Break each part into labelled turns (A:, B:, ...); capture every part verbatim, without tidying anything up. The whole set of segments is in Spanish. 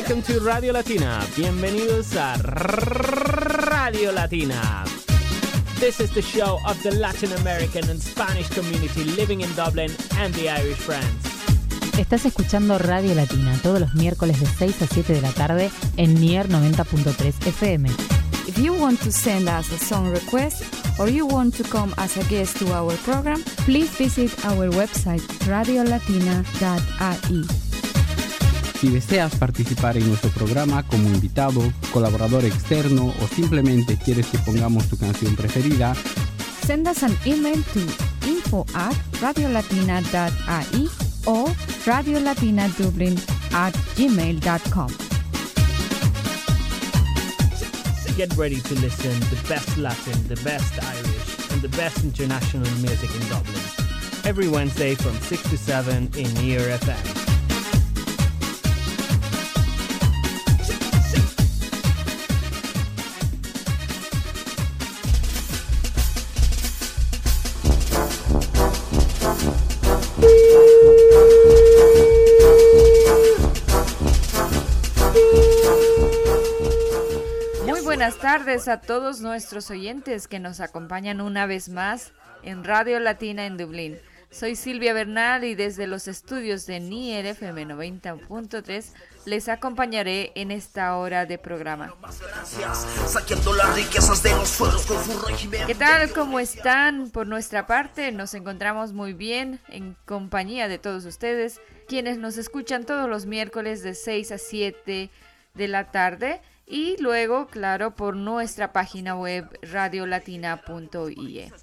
A: Welcome to Radio Latina. Bienvenidos a Radio Latina. This is the show of the Latin American and Spanish community living in Dublin and the Irish friends.
B: Estás escuchando Radio Latina todos los miércoles de seis a siete de la tarde en Nier noventa punto tres F M.
C: If you want to send us a song request or you want to come as a guest to our program, please visit our website radio latina dot a i.
D: Si deseas participar en nuestro programa como invitado, colaborador externo o simplemente quieres que pongamos tu canción preferida,
C: send us an email to info at radio latina dot a i or radiolatina.dublin at gmail dot com.
A: Get ready to listen to the best Latin, the best Irish, and the best international music in Dublin. Every Wednesday from six to seven in Nier F M.
E: Buenas tardes a todos nuestros oyentes que nos acompañan una vez más en Radio Latina en Dublín. Soy Silvia Bernal y desde los estudios de Nier F M noventa punto tres les acompañaré en esta hora de programa. ¿Qué tal? ¿Cómo están? Por nuestra parte nos encontramos muy bien en compañía de todos ustedes, quienes nos escuchan todos los miércoles de seis a siete de la tarde. Y luego, claro, por nuestra página web radiolatina punto i e.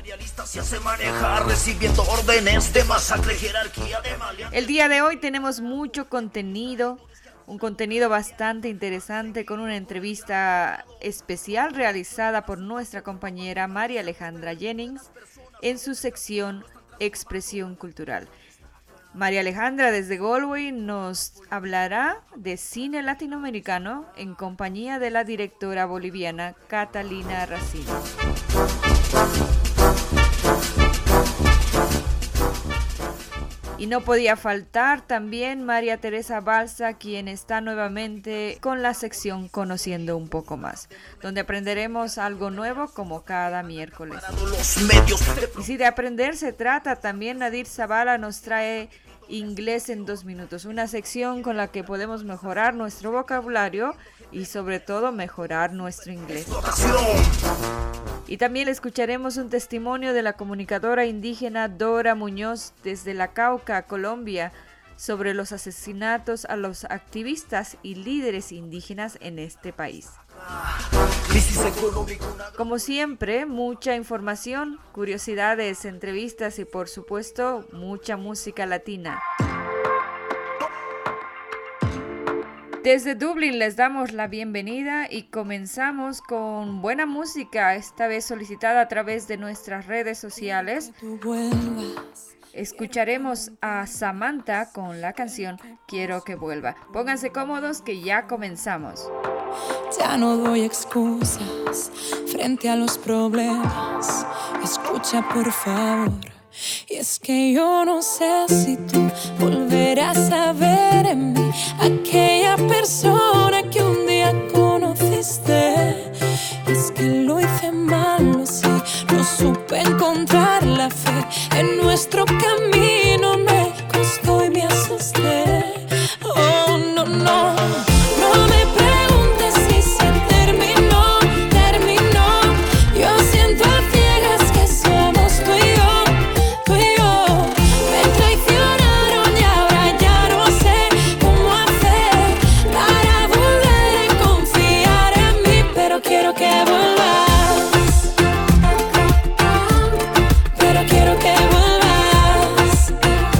E: El día de hoy tenemos mucho contenido, un contenido bastante interesante con una entrevista especial realizada por nuestra compañera María Alejandra Jennings en su sección Expresión Cultural. María Alejandra desde Galway nos hablará de cine latinoamericano en compañía de la directora boliviana Catalina Racino. Y no podía faltar también María Teresa Balsa, quien está nuevamente con la sección Conociendo un poco más, donde aprenderemos algo nuevo como cada miércoles. Y si de aprender se trata, también Nadir Zavala nos trae Inglés en dos minutos, una sección con la que podemos mejorar nuestro vocabulario y sobre todo mejorar nuestro inglés. Y también escucharemos un testimonio de la comunicadora indígena Dora Muñoz desde La Cauca, Colombia, sobre los asesinatos a los activistas y líderes indígenas en este país. Como siempre, mucha información, curiosidades, entrevistas y por supuesto mucha música latina. Desde Dublín les damos la bienvenida y comenzamos con buena música, esta vez solicitada a través de nuestras redes sociales. Escucharemos a Samantha con la canción Quiero que vuelva. Pónganse cómodos que ya comenzamos.
F: Ya no doy excusas frente a los problemas. Escucha por favor. Y es que yo no sé si tú volverás a ver en mí aquella persona que un día conociste. Y es que lo hice mal, lo sé. No supe encontrar la fe en nuestro camino. Me costó y me asusté. Oh, no, no. No me preguntes si se terminó, terminó. Yo siento a ciegas que somos tú y yo, tú y yo. Me traicionaron y ahora ya no sé cómo hacer para volver a confiar en mí. Pero quiero que vuelvas, pero quiero que vuelvas.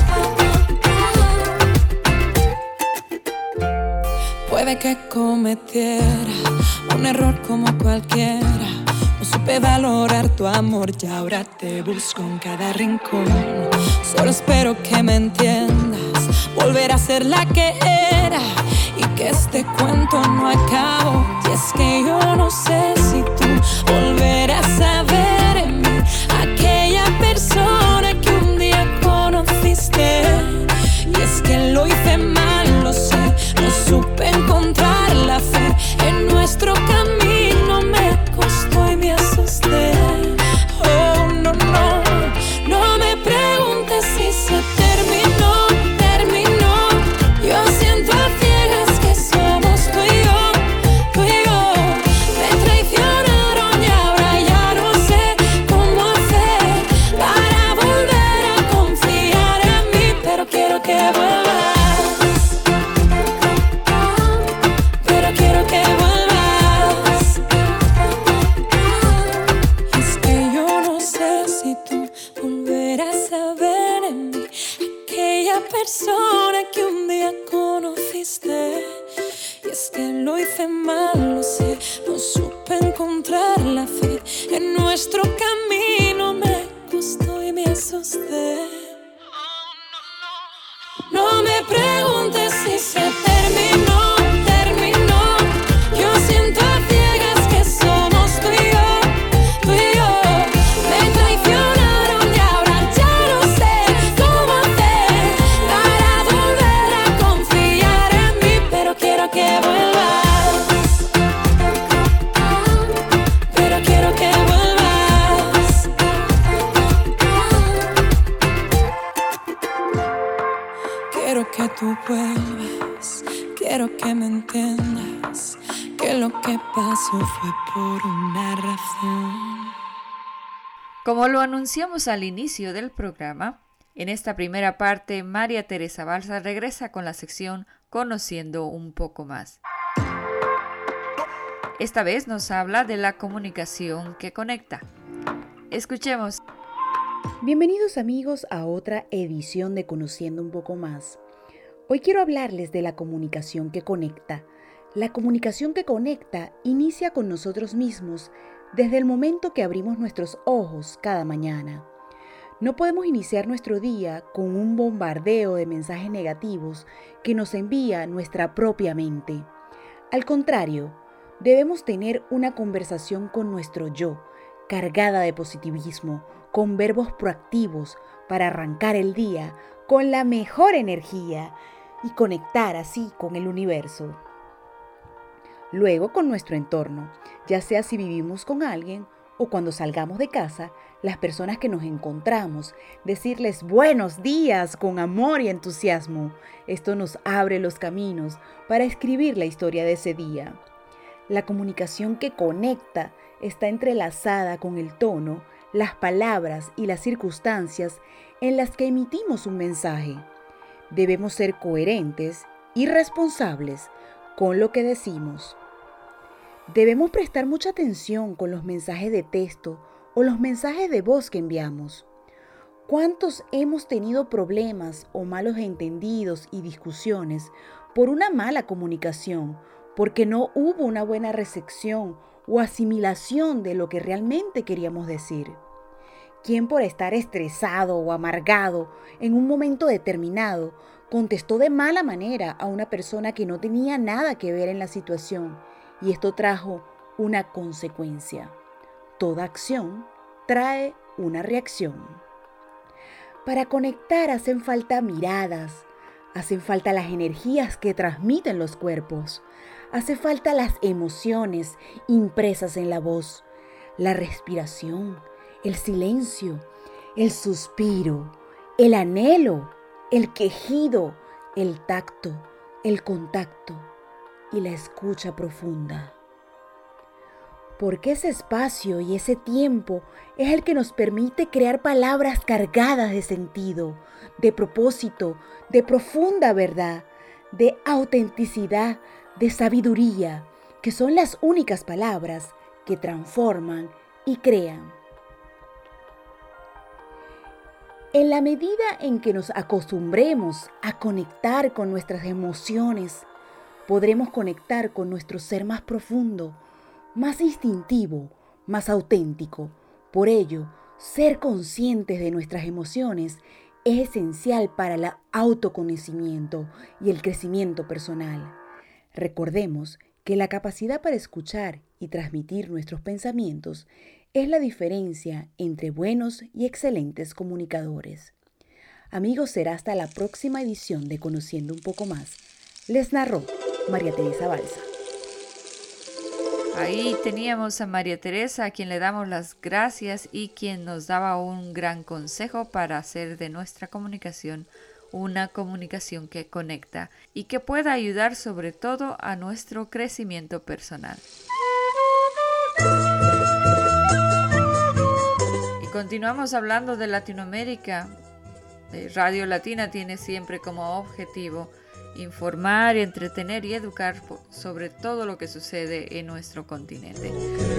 F: Puede que cometiera un error como cualquiera. No supe valorar tu amor y ahora te busco en cada rincón. Solo espero que me entiendas, volver a ser la que era y que este cuento no acabó. Y es que yo no sé si tú volverás a ver en mí aquella persona que un día conociste. Y es que lo hice mal, lo sé, no supe encontrar es que lo hice mal, lo sé. No supe encontrar la fe en nuestro camino. Me gustó y me asusté. No me preguntes si se terminó, terminó. Yo siento a ciegas que somos tú y yo, tú y yo. Me traicionaron y ahora ya no sé cómo hacer para volver a confiar en mí. Pero quiero que vuelvas, pero quiero que vuelvas. Quiero que tú vuelvas, quiero que me entiendas, que lo que pasó fue por una razón.
E: Como lo anunciamos al inicio del programa, en esta primera parte María Teresa Balsa regresa con la sección Conociendo un poco más. Esta vez nos habla de la comunicación que conecta. Escuchemos.
G: Bienvenidos amigos a otra edición de Conociendo un poco más. Hoy quiero hablarles de la comunicación que conecta. La comunicación que conecta inicia con nosotros mismos desde el momento que abrimos nuestros ojos cada mañana. No podemos iniciar nuestro día con un bombardeo de mensajes negativos que nos envía nuestra propia mente. Al contrario, debemos tener una conversación con nuestro yo, cargada de positivismo, con verbos proactivos para arrancar el día con la mejor energía y conectar así con el universo. Luego con nuestro entorno, ya sea si vivimos con alguien o cuando salgamos de casa, las personas que nos encontramos, decirles buenos días con amor y entusiasmo. Esto nos abre los caminos para escribir la historia de ese día. La comunicación que conecta está entrelazada con el tono, las palabras y las circunstancias en las que emitimos un mensaje. Debemos ser coherentes y responsables con lo que decimos. Debemos prestar mucha atención con los mensajes de texto o los mensajes de voz que enviamos. ¿Cuántos hemos tenido problemas o malos entendidos y discusiones por una mala comunicación, porque no hubo una buena recepción o asimilación de lo que realmente queríamos decir? ¿Quién por estar estresado o amargado en un momento determinado contestó de mala manera a una persona que no tenía nada que ver en la situación y esto trajo una consecuencia? Toda acción trae una reacción. Para conectar hacen falta miradas, hacen falta las energías que transmiten los cuerpos, hace falta las emociones impresas en la voz, la respiración, el silencio, el suspiro, el anhelo, el quejido, el tacto, el contacto y la escucha profunda. Porque ese espacio y ese tiempo es el que nos permite crear palabras cargadas de sentido, de propósito, de profunda verdad, de autenticidad, de sabiduría, que son las únicas palabras que transforman y crean. En la medida en que nos acostumbremos a conectar con nuestras emociones, podremos conectar con nuestro ser más profundo, más instintivo, más auténtico. Por ello, ser conscientes de nuestras emociones es esencial para el autoconocimiento y el crecimiento personal. Recordemos que la capacidad para escuchar y transmitir nuestros pensamientos es la diferencia entre buenos y excelentes comunicadores. Amigos, será hasta la próxima edición de Conociendo un poco más. Les narró María Teresa Balsa.
E: Ahí teníamos a María Teresa, a quien le damos las gracias y quien nos daba un gran consejo para hacer de nuestra comunicación una comunicación que conecta y que pueda ayudar sobre todo a nuestro crecimiento personal. Y continuamos hablando de Latinoamérica. Radio Latina tiene siempre como objetivo informar, entretener y educar sobre todo lo que sucede en nuestro continente.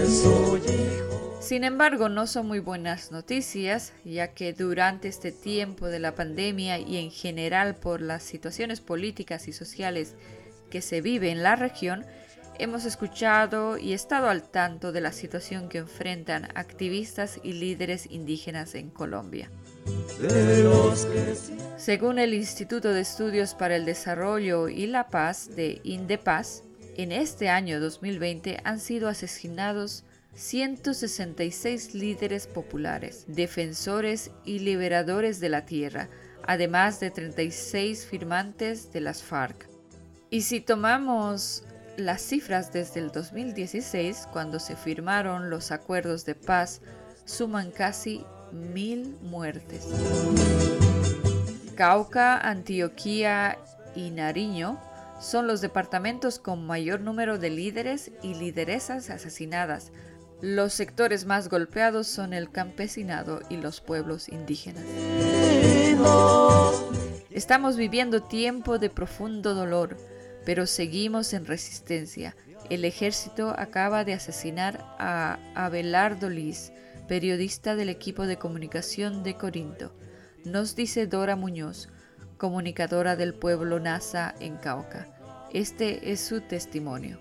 E: Sin embargo, no son muy buenas noticias, ya que durante este tiempo de la pandemia y en general por las situaciones políticas y sociales que se vive en la región, hemos escuchado y estado al tanto de la situación que enfrentan activistas y líderes indígenas en Colombia. Según el Instituto de Estudios para el Desarrollo y la Paz de INDEPAZ, en este año dos mil veinte han sido asesinados ciento sesenta y seis líderes populares, defensores y liberadores de la tierra, además de treinta y seis firmantes de las FARC. Y si tomamos las cifras desde el dos mil dieciséis, cuando se firmaron los acuerdos de paz, suman casi mil muertes. Cauca, Antioquia y Nariño son los departamentos con mayor número de líderes y lideresas asesinadas. Los sectores más golpeados son el campesinado y los pueblos indígenas. Estamos viviendo tiempo de profundo dolor, pero seguimos en resistencia. El ejército acaba de asesinar a Abelardo Liz, periodista del equipo de comunicación de Corinto, nos dice Dora Muñoz, comunicadora del pueblo Nasa en Cauca. Este es su testimonio.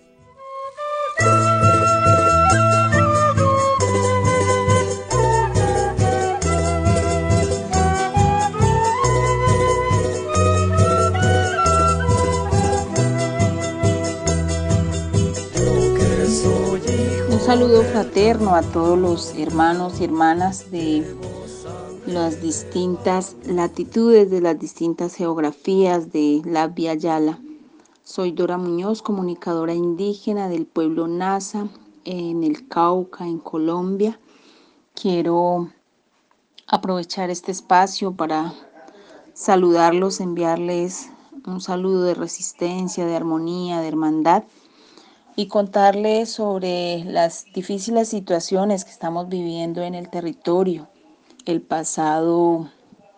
H: Un saludo fraterno a todos los hermanos y hermanas de las distintas latitudes, de las distintas geografías de la Via Yala. Soy Dora Muñoz, comunicadora indígena del pueblo Nasa en el Cauca, en Colombia. Quiero aprovechar este espacio para saludarlos, enviarles un saludo de resistencia, de armonía, de hermandad, y contarles sobre las difíciles situaciones que estamos viviendo en el territorio. El pasado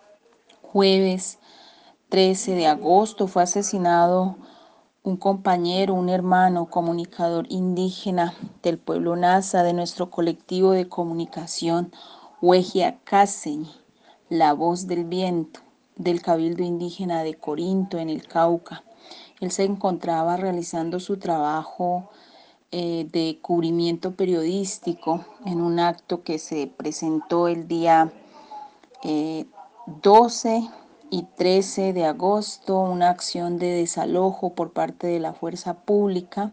H: jueves trece de agosto fue asesinado un compañero, un hermano, comunicador indígena del pueblo Nasa, de nuestro colectivo de comunicación Huejiacaseñi, La Voz del Viento, del Cabildo Indígena de Corinto, en el Cauca. Él se encontraba realizando su trabajo eh, de cubrimiento periodístico en un acto que se presentó el día eh, doce y trece de agosto, una acción de desalojo por parte de la fuerza pública,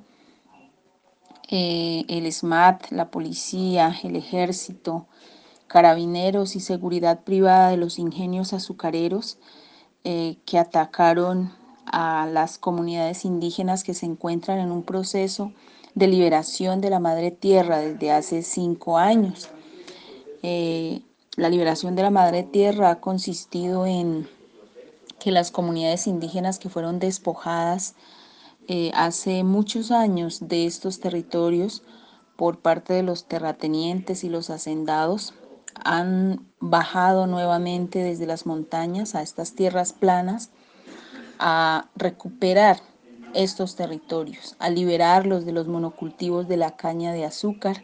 H: eh, el SMAT, la policía, el ejército, carabineros y seguridad privada de los ingenios azucareros eh, que atacaron a las comunidades indígenas que se encuentran en un proceso de liberación de la madre tierra desde hace cinco años. Eh, la liberación de la madre tierra ha consistido en que las comunidades indígenas que fueron despojadas eh, hace muchos años de estos territorios por parte de los terratenientes y los hacendados han bajado nuevamente desde las montañas a estas tierras planas a recuperar estos territorios, a liberarlos de los monocultivos de la caña de azúcar,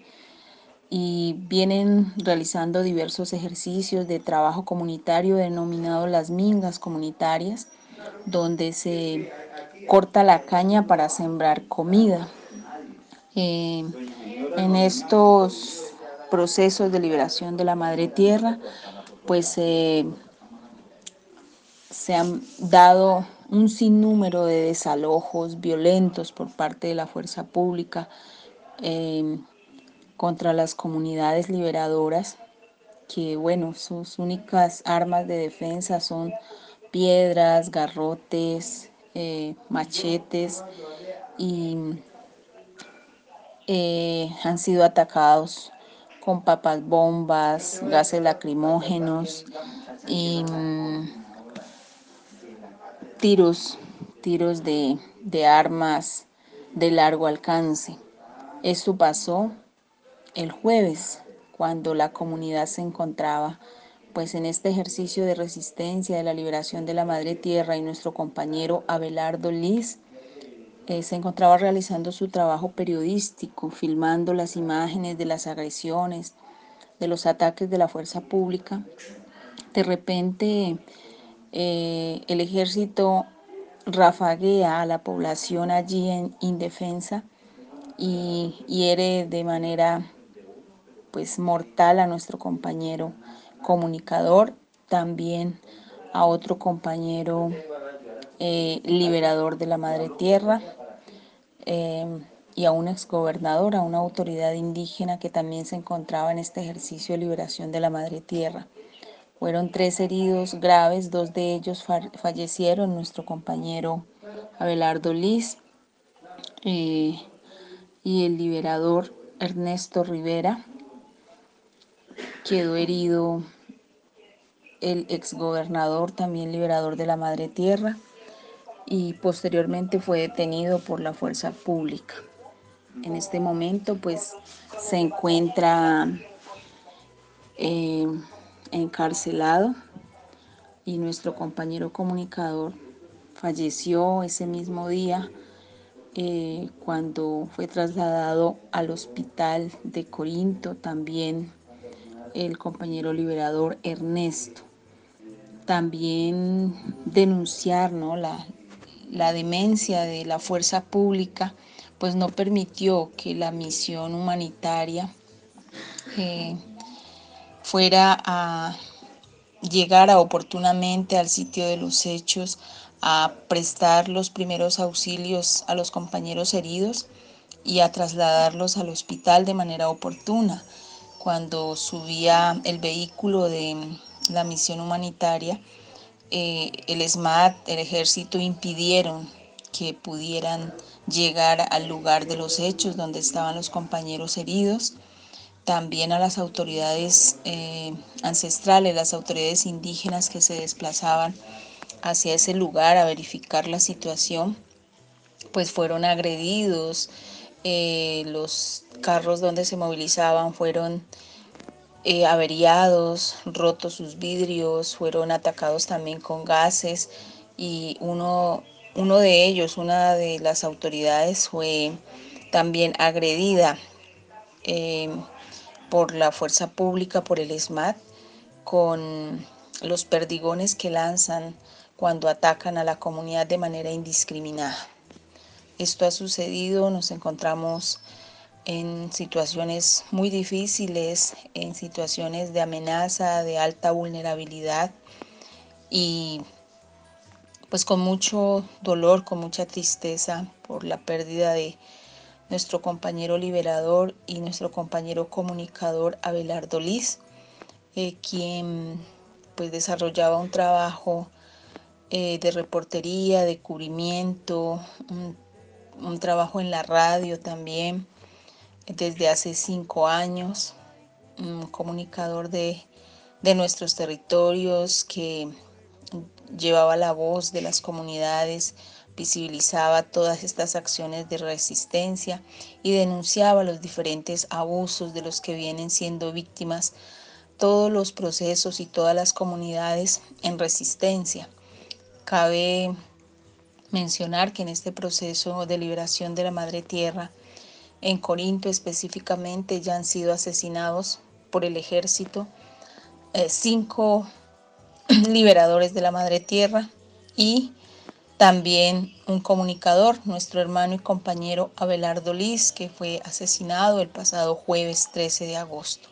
H: y vienen realizando diversos ejercicios de trabajo comunitario denominado las mingas comunitarias, donde se corta la caña para sembrar comida. Eh, en estos procesos de liberación de la madre tierra, pues eh, se han dado un sinnúmero de desalojos violentos por parte de la fuerza pública eh, contra las comunidades liberadoras, que bueno, sus únicas armas de defensa son piedras, garrotes, eh, machetes, y eh, han sido atacados con papas bombas, gases lacrimógenos y mm, tiros, tiros de, de armas de largo alcance. Esto pasó el jueves, cuando la comunidad se encontraba pues en este ejercicio de resistencia de la liberación de la madre tierra, y nuestro compañero Abelardo Liz eh, se encontraba realizando su trabajo periodístico, filmando las imágenes de las agresiones, de los ataques de la fuerza pública. De repente eh, el ejército rafaguea a la población allí en indefensa y hiere de manera pues mortal a nuestro compañero comunicador, también a otro compañero eh, liberador de la Madre Tierra, eh, y a un exgobernador, a una autoridad indígena que también se encontraba en este ejercicio de liberación de la Madre Tierra. Fueron tres heridos graves, dos de ellos fa- fallecieron, nuestro compañero Abelardo Liz eh, y el liberador Ernesto Rivera. Quedó herido el exgobernador, también liberador de la Madre Tierra, y posteriormente fue detenido por la fuerza pública. En este momento pues se encuentra eh, encarcelado y nuestro compañero comunicador falleció ese mismo día eh, cuando fue trasladado al hospital de Corinto, también el compañero liberador Ernesto. También denunciar, ¿no?, la, la demencia de la fuerza pública, pues no permitió que la misión humanitaria eh, fuera a llegar a oportunamente al sitio de los hechos, a prestar los primeros auxilios a los compañeros heridos y a trasladarlos al hospital de manera oportuna. Cuando subía el vehículo de la misión humanitaria, eh, el SMAT, el ejército, impidieron que pudieran llegar al lugar de los hechos donde estaban los compañeros heridos. También a las autoridades eh, ancestrales, las autoridades indígenas que se desplazaban hacia ese lugar a verificar la situación, pues fueron agredidos, eh, los carros donde se movilizaban fueron eh, averiados, rotos sus vidrios, fueron atacados también con gases y uno, uno de ellos, una de las autoridades fue también agredida eh, por la fuerza pública, por el SMAT, con los perdigones que lanzan cuando atacan a la comunidad de manera indiscriminada. Esto ha sucedido, nos encontramos en situaciones muy difíciles, en situaciones de amenaza, de alta vulnerabilidad y pues con mucho dolor, con mucha tristeza por la pérdida de nuestro compañero liberador y nuestro compañero comunicador Abelardo Liz, eh, quien pues desarrollaba un trabajo eh, de reportería, de cubrimiento, un, un trabajo en la radio también desde hace cinco años, un comunicador de, de nuestros territorios que llevaba la voz de las comunidades, visibilizaba todas estas acciones de resistencia y denunciaba los diferentes abusos de los que vienen siendo víctimas todos los procesos y todas las comunidades en resistencia. Cabe mencionar que en este proceso de liberación de la Madre Tierra, en Corinto específicamente, ya han sido asesinados por el ejército eh, cinco liberadores de la Madre Tierra y también un comunicador, nuestro hermano y compañero Abelardo Liz, que fue asesinado el pasado jueves trece de agosto.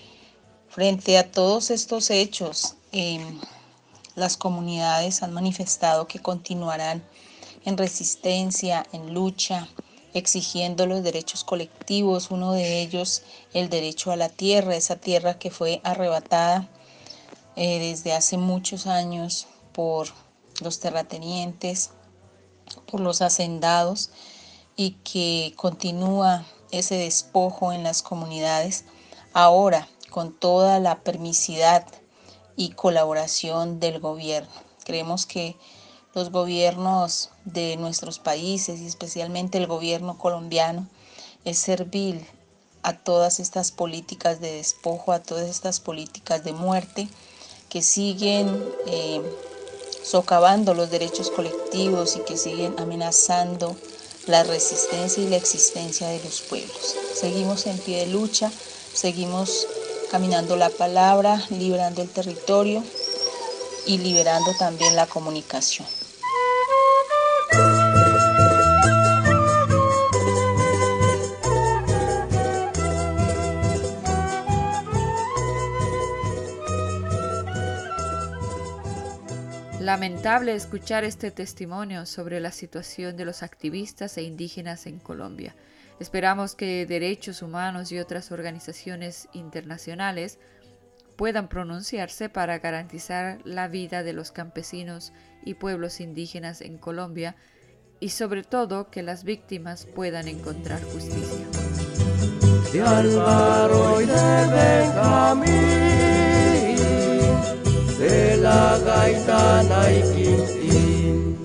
H: Frente a todos estos hechos, eh, las comunidades han manifestado que continuarán en resistencia, en lucha, exigiendo los derechos colectivos, uno de ellos el derecho a la tierra, esa tierra que fue arrebatada eh, desde hace muchos años por los terratenientes, por los hacendados, y que continúa ese despojo en las comunidades ahora con toda la permisidad y colaboración del gobierno. Creemos que los gobiernos de nuestros países y especialmente el gobierno colombiano es servil a todas estas políticas de despojo, a todas estas políticas de muerte que siguen eh, socavando los derechos colectivos y que siguen amenazando la resistencia y la existencia de los pueblos. Seguimos en pie de lucha, seguimos caminando la palabra, liberando el territorio y liberando también la comunicación.
E: lamentable escuchar este testimonio sobre la situación de los activistas e indígenas en Colombia. Esperamos que derechos humanos y otras organizaciones internacionales puedan pronunciarse para garantizar la vida de los campesinos y pueblos indígenas en Colombia y sobre todo que las víctimas puedan encontrar justicia.
I: De Álvaro y de Benjamín, de la Gaitana y Quintín.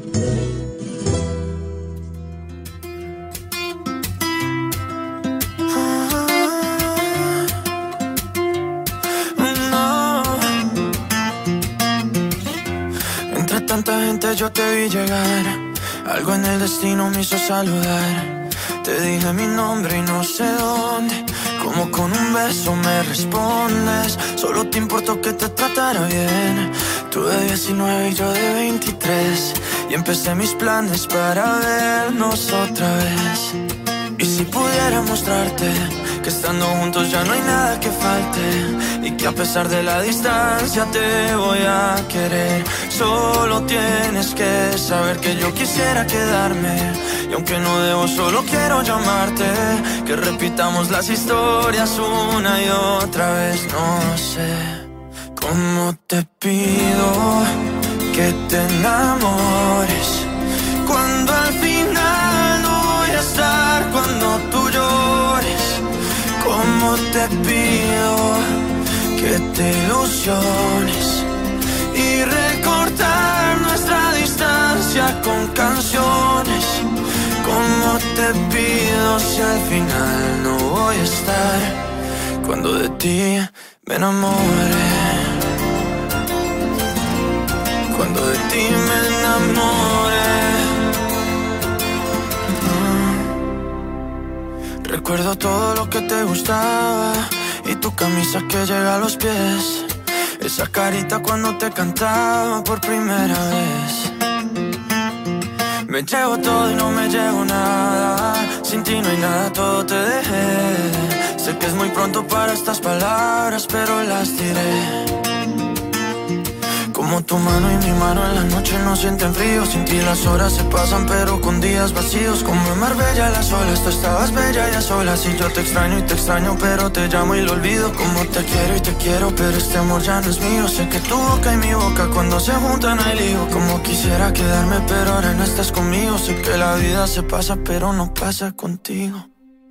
J: Entre tanta gente yo te vi llegar, algo en el destino me hizo saludar. Te dije mi nombre y no sé dónde, como con un beso me respondes. Solo te importó que te tratara bien. Tú de diecinueve y yo de veintitrés, y empecé mis planes para vernos otra vez. Y si pudiera mostrarte que estando juntos ya no hay nada que falte, y que a pesar de la distancia te voy a querer. Solo tienes que saber que yo quisiera quedarme, y aunque no debo solo quiero llamarte, que repitamos las historias una y otra vez. No sé cómo te pido que te enamores, cuando al final no voy a estar, cuando tú llores. Cómo te pido que te ilusiones y recortar nuestra distancia con canciones. Cómo te pido si al final no voy a estar, cuando de ti me enamore, cuando de ti me enamore. Recuerdo todo lo que te gustaba y tu camisa que llega a los pies, esa carita cuando te cantaba por primera vez. Me llevo todo y no me llevo nada, sin ti no hay nada, todo te dejé. Sé que es muy pronto para estas palabras, pero las diré. Como tu mano y mi mano en la noche no sienten frío. Sin ti las horas se pasan pero con días vacíos. Como en Marbella las olas, tú estabas bella y a solas. Y yo te extraño y te extraño pero te llamo y lo olvido. Como te quiero y te quiero pero este amor ya no es mío. Sé que tu boca y mi boca cuando se juntan hay lío. Como quisiera quedarme pero ahora no estás conmigo. Sé que la vida se pasa pero no pasa contigo.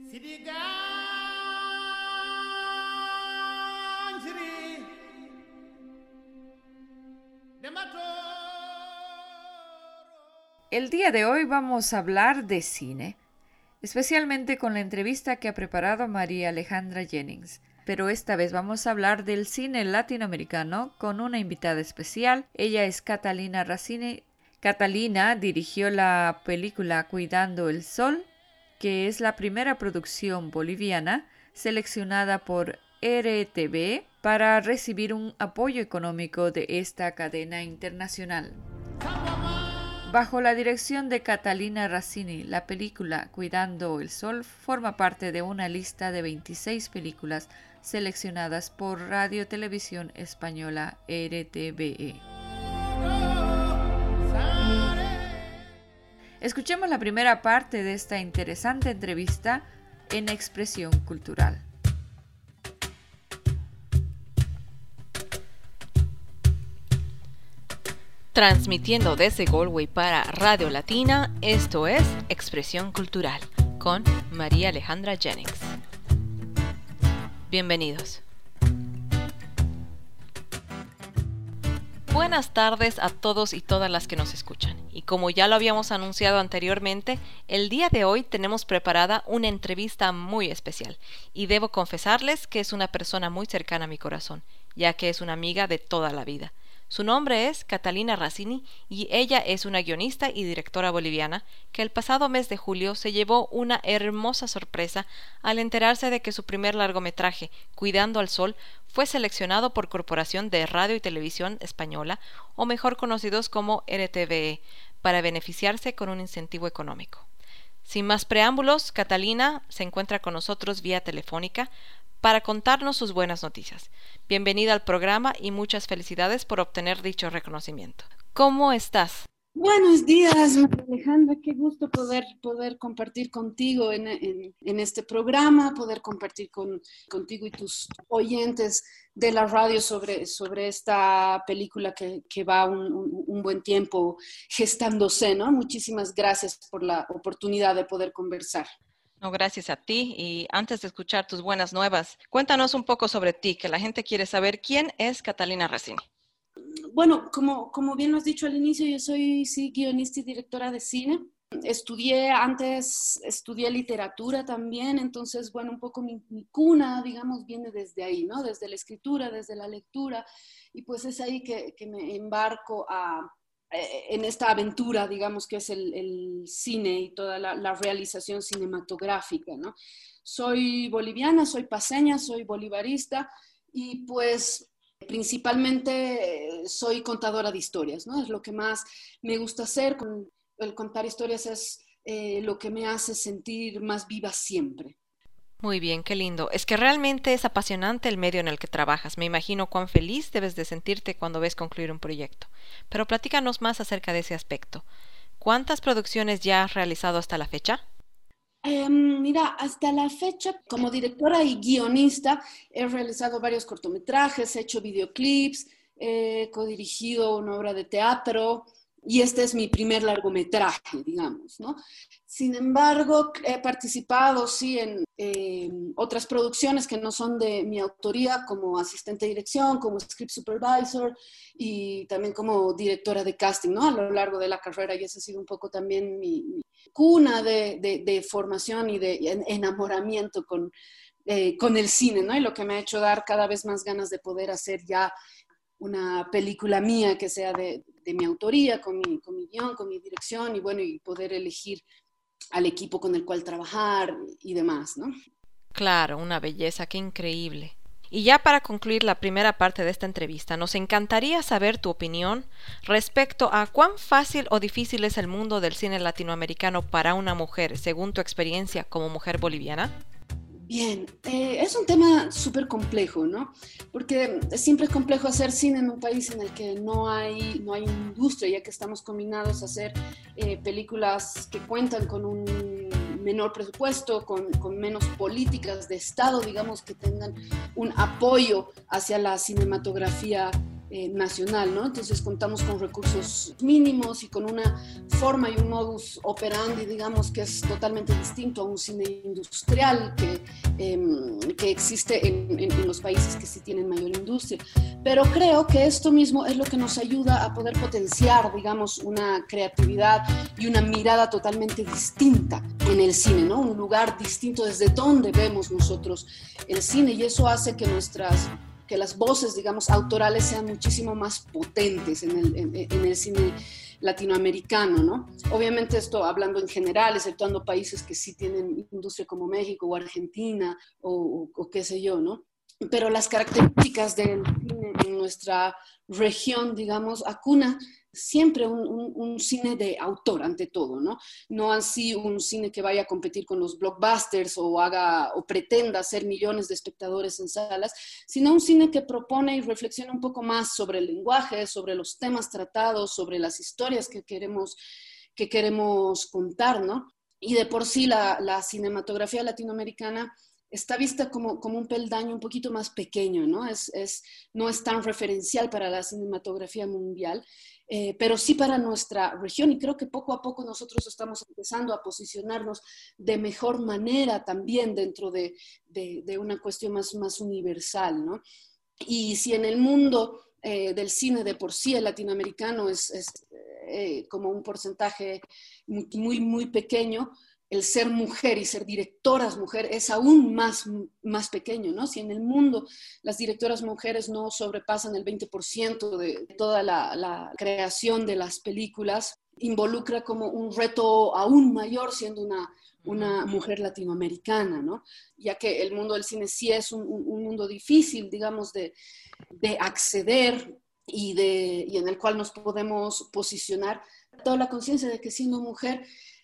E: El día de hoy vamos a hablar de cine, especialmente con la entrevista que ha preparado María Alejandra Jennings. Pero esta vez vamos a hablar del cine latinoamericano con una invitada especial. Ella es Catalina Razzini. Catalina dirigió la película Cuidando el Sol, que es la primera producción boliviana seleccionada por R T V E para recibir un apoyo económico de esta cadena internacional. Bajo la dirección de Catalina Razzini, la película Cuidando el Sol forma parte de una lista de veintiséis películas seleccionadas por Radio Televisión Española R T V E. Escuchemos la primera parte de esta interesante entrevista en Expresión Cultural.
K: Transmitiendo desde Galway para Radio Latina, esto es Expresión Cultural con María Alejandra Jennings. Bienvenidos. Buenas tardes a todos y todas las que nos escuchan. Y como ya lo habíamos anunciado anteriormente, el día de hoy tenemos preparada una entrevista muy especial. Y debo confesarles que es una persona muy cercana a mi corazón, ya que es una amiga de toda la vida. Su nombre es Catalina Razzini y ella es una guionista y directora boliviana que el pasado mes de julio se llevó una hermosa sorpresa al enterarse de que su primer largometraje, Cuidando al Sol, fue seleccionado por Corporación de Radio y Televisión Española, o mejor conocidos como R T V E, para beneficiarse con un incentivo económico. Sin más preámbulos, Catalina se encuentra con nosotros vía telefónica para contarnos sus buenas noticias. Bienvenida al programa y muchas felicidades por obtener dicho reconocimiento. ¿Cómo estás?
L: Buenos días, María Alejandra. Qué gusto poder, poder compartir contigo en, en, en este programa, poder compartir con, contigo y tus oyentes de la radio sobre, sobre esta película que, que va un, un, un buen tiempo gestándose, ¿no? Muchísimas gracias por la oportunidad de poder conversar.
K: No, gracias a ti. Y antes de escuchar tus buenas nuevas, cuéntanos un poco sobre ti, que la gente quiere saber quién es Catalina Rassini.
L: Bueno, como, como bien lo has dicho al inicio, yo soy sí, guionista y directora de cine. Estudié antes, estudié literatura también, entonces, bueno, un poco mi, mi cuna, digamos, viene desde ahí, ¿no? Desde la escritura, desde la lectura, y pues es ahí que, que me embarco a, en esta aventura, digamos, que es el, el cine y toda la, la realización cinematográfica, ¿no? Soy boliviana, soy paceña, soy bolivarista, y pues principalmente soy contadora de historias, ¿no? Es lo que más me gusta hacer. El contar historias es eh, lo que me hace sentir más viva siempre.
K: Muy bien, qué lindo. Es que realmente es apasionante el medio en el que trabajas. Me imagino cuán feliz debes de sentirte cuando ves concluir un proyecto. Pero platícanos más acerca de ese aspecto. ¿Cuántas producciones ya has realizado hasta la fecha?
L: Eh, mira, hasta la fecha, como directora y guionista, he realizado varios cortometrajes, he hecho videoclips, he codirigido una obra de teatro y este es mi primer largometraje, digamos, ¿no? Sin embargo, he participado, sí, en eh, otras producciones que no son de mi autoría, como asistente de dirección, como script supervisor y también como directora de casting, ¿no? A lo largo de la carrera, y ese ha sido un poco también mi, mi cuna de, de, de formación y de enamoramiento con, eh, con el cine, ¿no? Y lo que me ha hecho dar cada vez más ganas de poder hacer ya una película mía que sea de, de mi autoría, con mi, con mi guión, con mi dirección, y bueno, y poder elegir al equipo con el cual trabajar y demás, ¿no?
K: Claro, una belleza, qué increíble. Y ya para concluir la primera parte de esta entrevista, nos encantaría saber tu opinión respecto a cuán fácil o difícil es el mundo del cine latinoamericano para una mujer, según tu experiencia como mujer boliviana.
L: Bien, eh, es un tema súper complejo, ¿no? Porque siempre es complejo hacer cine en un país en el que no hay, no hay industria, ya que estamos combinados a hacer eh, películas que cuentan con un menor presupuesto, con, con menos políticas de Estado, digamos, que tengan un apoyo hacia la cinematografía eh, nacional, ¿no? Entonces contamos con recursos mínimos y con una forma y un modus operandi, digamos, que es totalmente distinto a un cine industrial que, eh, que existe en, en, en los países que sí tienen mayor industria. Pero creo que esto mismo es lo que nos ayuda a poder potenciar, digamos, una creatividad y una mirada totalmente distinta en el cine, ¿no? Un lugar distinto desde donde vemos nosotros el cine, y eso hace que nuestras que las voces, digamos, autorales sean muchísimo más potentes en el, en, en el cine latinoamericano, ¿no? Obviamente esto hablando en general, exceptuando países que sí tienen industria como México o Argentina o, o, o qué sé yo, ¿no? Pero las características del cine en nuestra región, digamos, acuna siempre un, un, un cine de autor ante todo, ¿no? No así un cine que vaya a competir con los blockbusters o haga o pretenda hacer millones de espectadores en salas, sino un cine que propone y reflexiona un poco más sobre el lenguaje, sobre los temas tratados, sobre las historias que queremos, que queremos contar, ¿no? Y de por sí la, la cinematografía latinoamericana está vista como, como un peldaño un poquito más pequeño, ¿no? Es, es, no es tan referencial para la cinematografía mundial, eh, pero sí para nuestra región, y creo que poco a poco nosotros estamos empezando a posicionarnos de mejor manera también dentro de, de, de una cuestión más, más universal, ¿no? Y si en el mundo eh, del cine de por sí el latinoamericano es, es eh, como un porcentaje muy, muy, muy pequeño, el ser mujer y ser directoras mujer es aún más, más pequeño, ¿no? Si en el mundo las directoras mujeres no sobrepasan el veinte por ciento de toda la, la creación de las películas, involucra como un reto aún mayor siendo una, una mujer latinoamericana, ¿no? Ya que el mundo del cine sí es un, un mundo difícil, digamos, de, de acceder y, de, y en el cual nos podemos posicionar. Toda la conciencia de que siendo mujer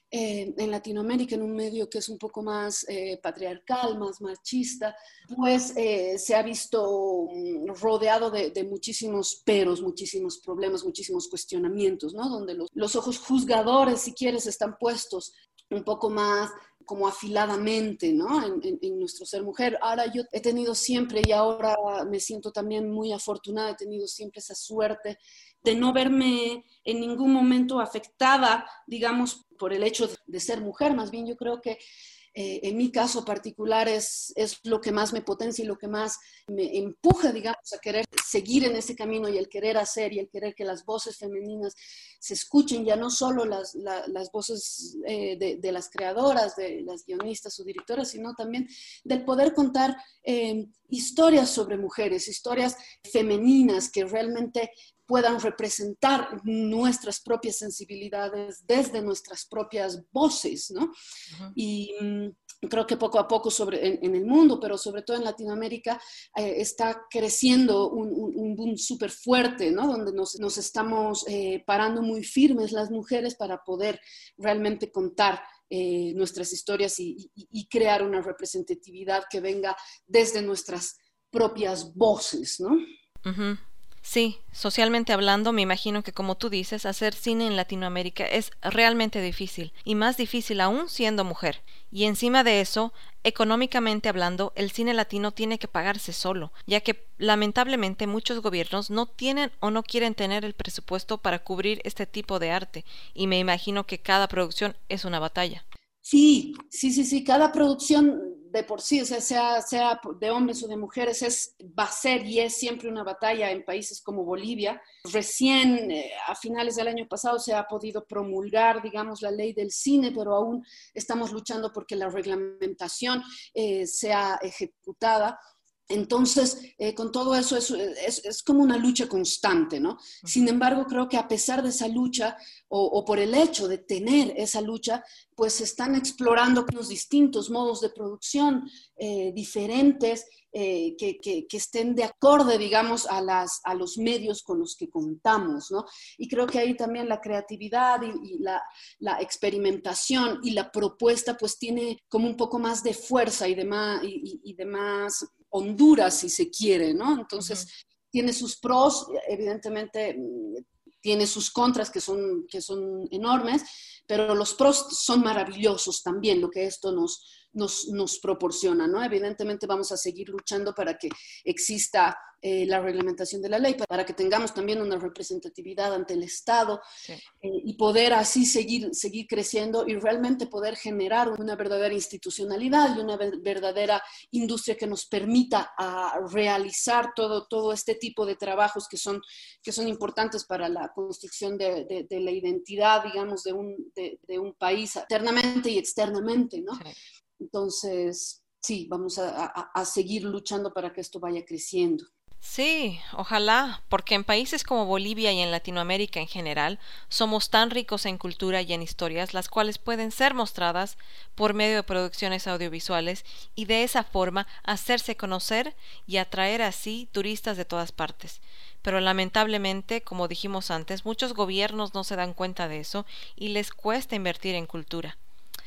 L: eh, en Latinoamérica, en un medio que es un poco más eh, patriarcal, más machista, pues eh, se ha visto um, rodeado de, de muchísimos peros, muchísimos problemas, muchísimos cuestionamientos, ¿no? Donde los, los ojos juzgadores, si quieres, están puestos un poco más como afiladamente, ¿no? En, en, en nuestro ser mujer. Ahora yo he tenido siempre, y ahora me siento también muy afortunada, he tenido siempre esa suerte de no verme en ningún momento afectada, digamos, por el hecho de ser mujer. Más bien yo creo que eh, en mi caso particular es, es lo que más me potencia y lo que más me empuja, digamos, a querer seguir en ese camino, y el querer hacer y el querer que las voces femeninas se escuchen, ya no solo las, la, las voces eh, de, de las creadoras, de las guionistas o directoras, sino también del poder contar eh, historias sobre mujeres, historias femeninas que realmente puedan representar nuestras propias sensibilidades desde nuestras propias voces, ¿no? Uh-huh. Y um, creo que poco a poco sobre, en, en el mundo, pero sobre todo en Latinoamérica, eh, está creciendo un, un, un boom súper fuerte, ¿no? Donde nos, nos estamos eh, parando muy firmes las mujeres para poder realmente contar eh, nuestras historias y, y, y crear una representatividad que venga desde nuestras propias voces, ¿no?
K: Uh-huh. Sí, socialmente hablando, me imagino que, como tú dices, hacer cine en Latinoamérica es realmente difícil, y más difícil aún siendo mujer. Y encima de eso, económicamente hablando, el cine latino tiene que pagarse solo, ya que lamentablemente muchos gobiernos no tienen o no quieren tener el presupuesto para cubrir este tipo de arte, y me imagino que cada producción es una batalla.
L: Sí, sí, sí, sí, cada producción de por sí, o sea, sea, sea de hombres o de mujeres, es, va a ser y es siempre una batalla en países como Bolivia. Recién, eh, a finales del año pasado, se ha podido promulgar, digamos, la ley del cine, pero aún estamos luchando porque la reglamentación eh, sea ejecutada. Entonces, eh, con todo eso es, es, es como una lucha constante, ¿no? Sin embargo, creo que a pesar de esa lucha, o, o por el hecho de tener esa lucha, pues se están explorando unos distintos modos de producción eh, diferentes, eh, que, que, que estén de acorde, digamos, a, las, a los medios con los que contamos, ¿no? Y creo que ahí también la creatividad y, y la, la experimentación y la propuesta, pues tiene como un poco más de fuerza y de más... Y, y, y de más Honduras, si se quiere, ¿no? Entonces, uh-huh. tiene sus pros, evidentemente tiene sus contras que son, que son enormes, pero los pros son maravillosos también, lo que esto nos, nos, nos proporciona, ¿no? Evidentemente vamos a seguir luchando para que exista eh, la reglamentación de la ley, para que tengamos también una representatividad ante el Estado, sí. eh, y poder así seguir, seguir creciendo y realmente poder generar una verdadera institucionalidad y una ver- verdadera industria que nos permita a realizar todo, todo este tipo de trabajos que son, que son importantes para la construcción de, de, de la identidad, digamos, de un, de, de un país internamente y externamente, ¿no? Sí. Entonces, sí, vamos a, a, a seguir luchando para que esto vaya creciendo.
K: Sí, ojalá, porque en países como Bolivia y en Latinoamérica en general somos tan ricos en cultura y en historias, las cuales pueden ser mostradas por medio de producciones audiovisuales y de esa forma hacerse conocer y atraer así turistas de todas partes. Pero lamentablemente, como dijimos antes, muchos gobiernos no se dan cuenta de eso y les cuesta invertir en cultura.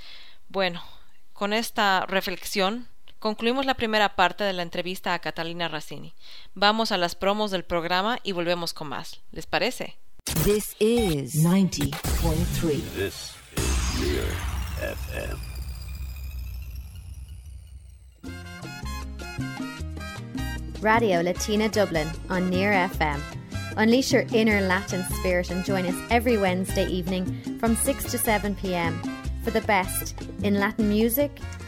K: Bueno, con esta reflexión concluimos la primera parte de la entrevista a Catalina Razzini. Vamos a las promos del programa y volvemos con más. ¿Les parece?
M: This is ninety point three.
N: This is Near F M.
O: Radio Latina Dublin on Near F M. Unleash your inner Latin spirit and join us every Wednesday evening from six to seven p.m. for the best in Latin music,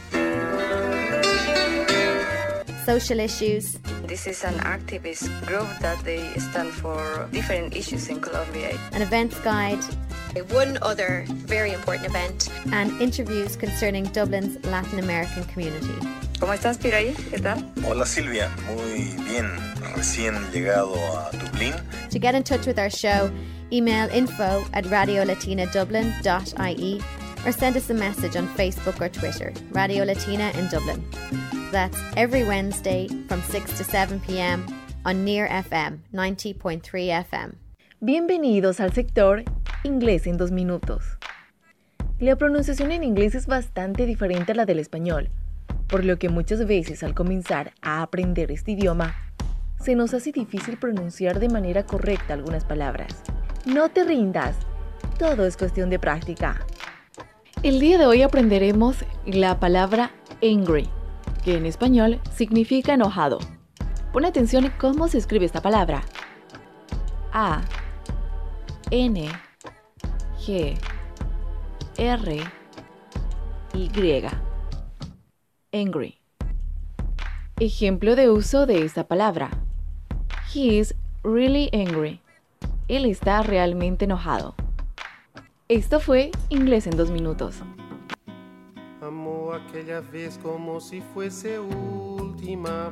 O: social issues.
P: This is an activist group that they stand for different issues in Colombia.
O: An events guide.
Q: One other very important event.
O: And interviews concerning Dublin's Latin American community.
P: ¿Cómo estás, Piraí? ¿Qué tal?
R: Hola, Silvia. Muy bien. Recién llegado a Dublín.
O: To get in touch with our show, email info at radio latina dublin dot I E or send us a message on Facebook or Twitter, Radio Latina in Dublin. That's every Wednesday from six to seven p.m. on Near F M ninety point three F M.
G: Bienvenidos al sector Inglés en dos minutos.
S: La pronunciación en inglés es bastante diferente a la del español, por lo que muchas veces al comenzar a aprender este idioma, se nos hace difícil pronunciar de manera correcta algunas palabras. No te rindas, todo es cuestión de práctica. El día de hoy aprenderemos la palabra angry, que en español significa enojado. Pon atención en cómo se escribe esta palabra. A, N, G, R, Y. Angry. Ejemplo de uso de esta palabra. He is really angry. Él está realmente enojado. Esto fue Inglés en dos minutos.
T: Amó aquella vez como si fuese última.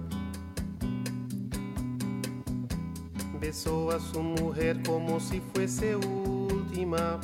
T: Besó a su mujer como si fuese última.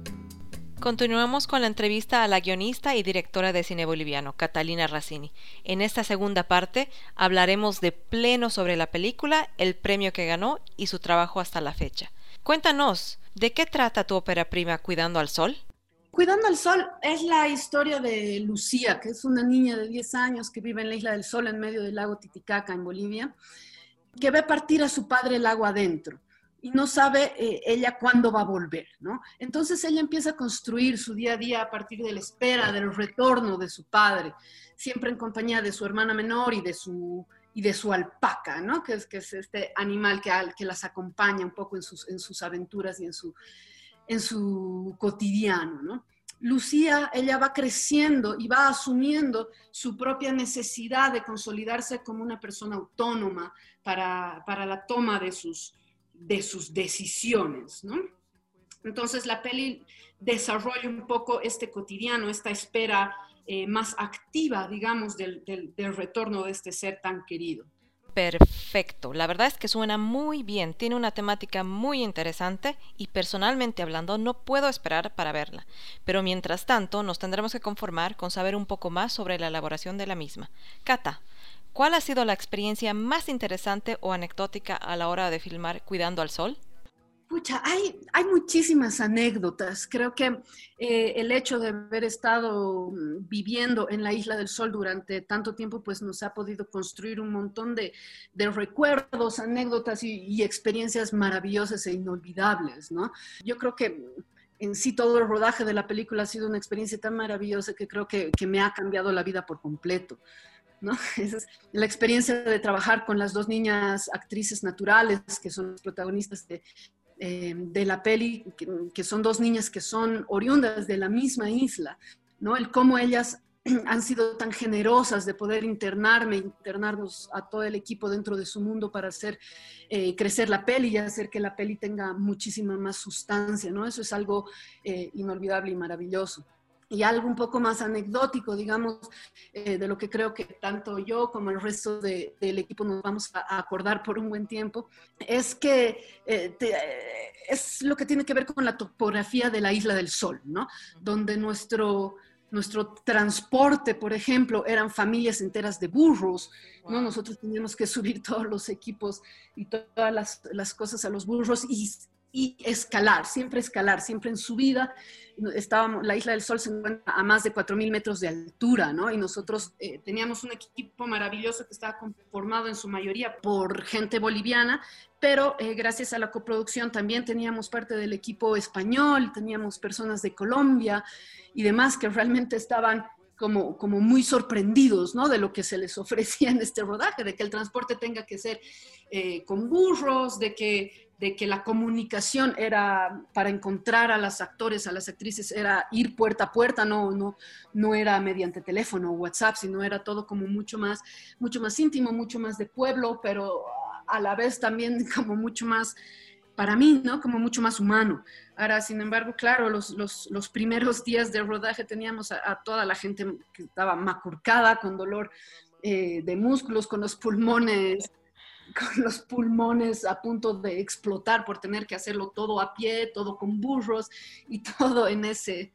K: Continuamos con la entrevista a la guionista y directora de cine boliviano, Catalina Razzini. En esta segunda parte hablaremos de pleno sobre la película, el premio que ganó y su trabajo hasta la fecha. Cuéntanos, ¿de qué trata tu ópera prima Cuidando al Sol?
L: Cuidando al Sol es la historia de Lucía, que es una niña de diez años que vive en la Isla del Sol en medio del lago Titicaca en Bolivia, que ve partir a su padre el agua adentro. Y no sabe eh, ella cuándo va a volver, ¿no? Entonces ella empieza a construir su día a día a partir de la espera, del retorno de su padre, siempre en compañía de su hermana menor y de su, y de su alpaca, ¿no? Que es, que es este animal que, que las acompaña un poco en sus, en sus aventuras y en su, en su cotidiano, ¿no? Lucía, ella va creciendo y va asumiendo su propia necesidad de consolidarse como una persona autónoma para, para la toma de sus de sus decisiones, ¿no? Entonces la peli desarrolla un poco este cotidiano, esta espera eh, más activa, digamos, del, del, del retorno de este ser tan querido.
K: Perfecto, la verdad es que suena muy bien, tiene una temática muy interesante y personalmente hablando no puedo esperar para verla, pero mientras tanto nos tendremos que conformar con saber un poco más sobre la elaboración de la misma. Cata, ¿cuál ha sido la experiencia más interesante o anecdótica a la hora de filmar Cuidando al Sol?
L: Pucha, hay, hay muchísimas anécdotas. Creo que eh, el hecho de haber estado viviendo en la Isla del Sol durante tanto tiempo, pues nos ha podido construir un montón de, de recuerdos, anécdotas y, y experiencias maravillosas e inolvidables, ¿no? Yo creo que en sí todo el rodaje de la película ha sido una experiencia tan maravillosa que creo que, que me ha cambiado la vida por completo, ¿no? Esa es la experiencia de trabajar con las dos niñas actrices naturales que son las protagonistas de, eh, de la peli, que, que son dos niñas que son oriundas de la misma isla, ¿no? El cómo ellas han sido tan generosas de poder internarme, internarnos a todo el equipo dentro de su mundo para hacer eh, crecer la peli y hacer que la peli tenga muchísima más sustancia, ¿no? Eso es algo eh, inolvidable y maravilloso. Y algo un poco más anecdótico, digamos, eh, de lo que creo que tanto yo como el resto de, del equipo nos vamos a, a acordar por un buen tiempo, es que eh, te, eh, es lo que tiene que ver con la topografía de la Isla del Sol, ¿no? Donde nuestro, nuestro transporte, por ejemplo, eran familias enteras de burros, ¿no? Nosotros teníamos que subir todos los equipos y todas las, las cosas a los burros y y escalar, siempre escalar, siempre en subida. Estábamos, la Isla del Sol se encuentra a más de cuatro mil metros de altura, ¿no? Y nosotros eh, teníamos un equipo maravilloso que estaba conformado en su mayoría por gente boliviana, pero eh, gracias a la coproducción también teníamos parte del equipo español, teníamos personas de Colombia y demás que realmente estaban como, como muy sorprendidos, ¿no? De lo que se les ofrecía en este rodaje, de que el transporte tenga que ser eh, con burros, de que de que la comunicación era, para encontrar a los actores, a las actrices, era ir puerta a puerta, no, no, no era mediante teléfono o WhatsApp, sino era todo como mucho más, mucho más íntimo, mucho más de pueblo, pero a la vez también como mucho más, para mí, ¿no? Como mucho más humano. Ahora, sin embargo, claro, los, los, los primeros días de rodaje teníamos a, a toda la gente que estaba macurcada, con dolor eh, de músculos, con los pulmones con los pulmones a punto de explotar por tener que hacerlo todo a pie, todo con burros y todo en ese,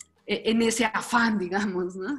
L: en ese afán, digamos, ¿no?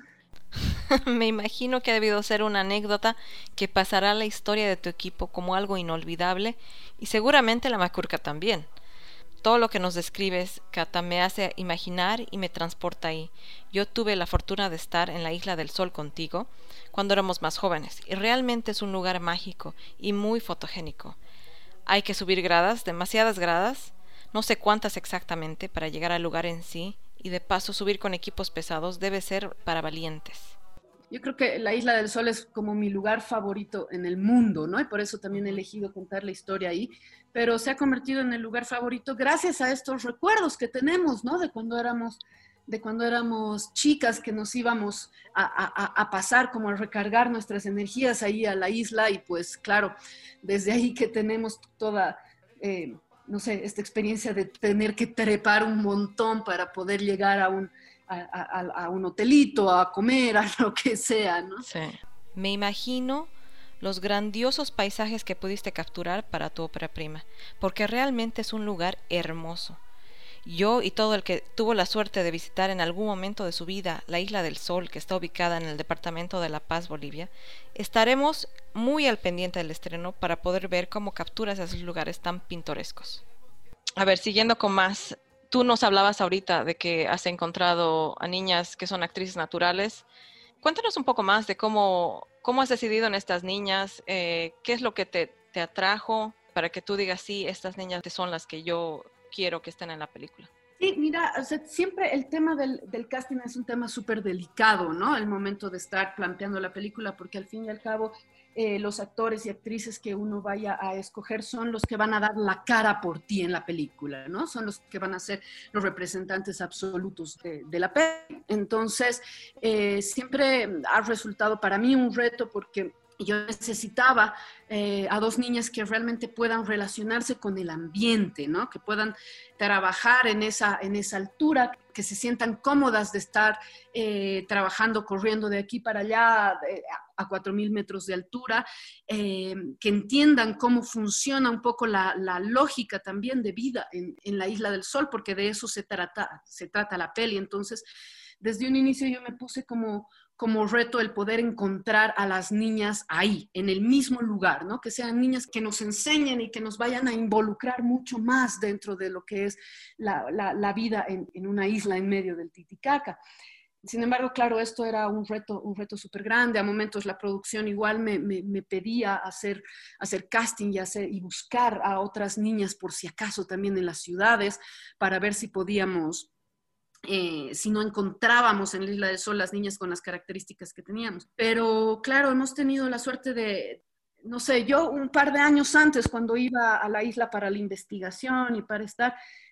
K: Me imagino que ha debido ser una anécdota que pasará a la historia de tu equipo como algo inolvidable y seguramente la Macurca también. todo lo que nos describes, Cata, me hace imaginar y me transporta ahí. Yo tuve la fortuna de estar en la Isla del Sol contigo cuando éramos más jóvenes y realmente es un lugar mágico y muy fotogénico. Hay que subir gradas, demasiadas gradas, no sé cuántas exactamente para llegar al lugar en sí, y de paso subir con equipos pesados debe ser para valientes.
L: Yo creo que la Isla del Sol es como mi lugar favorito en el mundo, ¿no? Y por eso también he elegido contar la historia ahí, pero se ha convertido en el lugar favorito gracias a estos recuerdos que tenemos, ¿no? De cuando éramos, de cuando éramos chicas, que nos íbamos a, a, a pasar, como a recargar nuestras energías ahí a la isla, y pues claro, desde ahí que tenemos toda... Eh, no sé, esta experiencia de tener que trepar un montón para poder llegar a un, a, a, a un hotelito, a comer, a lo que sea, ¿no?
K: Sí. Me imagino los grandiosos paisajes que pudiste capturar para tu ópera prima, porque realmente es un lugar hermoso. Yo y todo el que tuvo la suerte de visitar en algún momento de su vida la Isla del Sol, que está ubicada en el departamento de La Paz, Bolivia, estaremos muy al pendiente del estreno para poder ver cómo capturas esos lugares tan pintorescos. A ver, siguiendo con más, tú nos hablabas ahorita de que has encontrado a niñas que son actrices naturales. Cuéntanos un poco más de cómo, cómo has decidido en estas niñas, eh, qué es lo que te, te atrajo para que tú digas, sí, estas niñas son las que yo quiero que estén en la película.
L: Sí, mira, o sea, siempre el tema del, del casting es un tema súper delicado, ¿no? El momento de estar planteando la película, porque al fin y al cabo eh, los actores y actrices que uno vaya a escoger son los que van a dar la cara por ti en la película, ¿no? Son los que van a ser los representantes absolutos de, de la película. Entonces, eh, siempre ha resultado para mí un reto porque yo necesitaba eh, a dos niñas que realmente puedan relacionarse con el ambiente, ¿no? Que puedan trabajar en esa, en esa altura, que se sientan cómodas de estar eh, trabajando, corriendo de aquí para allá eh, a cuatro mil metros de altura, eh, que entiendan cómo funciona un poco la, la lógica también de vida en, en la Isla del Sol, porque de eso se trata, se trata la peli. Entonces, desde un inicio yo me puse como... como reto el poder encontrar a las niñas ahí, en el mismo lugar, ¿no? Que sean niñas que nos enseñen y que nos vayan a involucrar mucho más dentro de lo que es la, la, la vida en, en una isla en medio del Titicaca. Sin embargo, claro, esto era un reto, un reto súper grande. A momentos la producción igual me, me, me pedía hacer, hacer casting y, hacer, y buscar a otras niñas por si acaso también en las ciudades para ver si podíamos... Eh, si no encontrábamos en la Isla del Sol las niñas con las características que teníamos. Pero claro, hemos tenido la suerte de, no sé, yo un par de años antes, cuando iba a la isla para la investigación y para estar,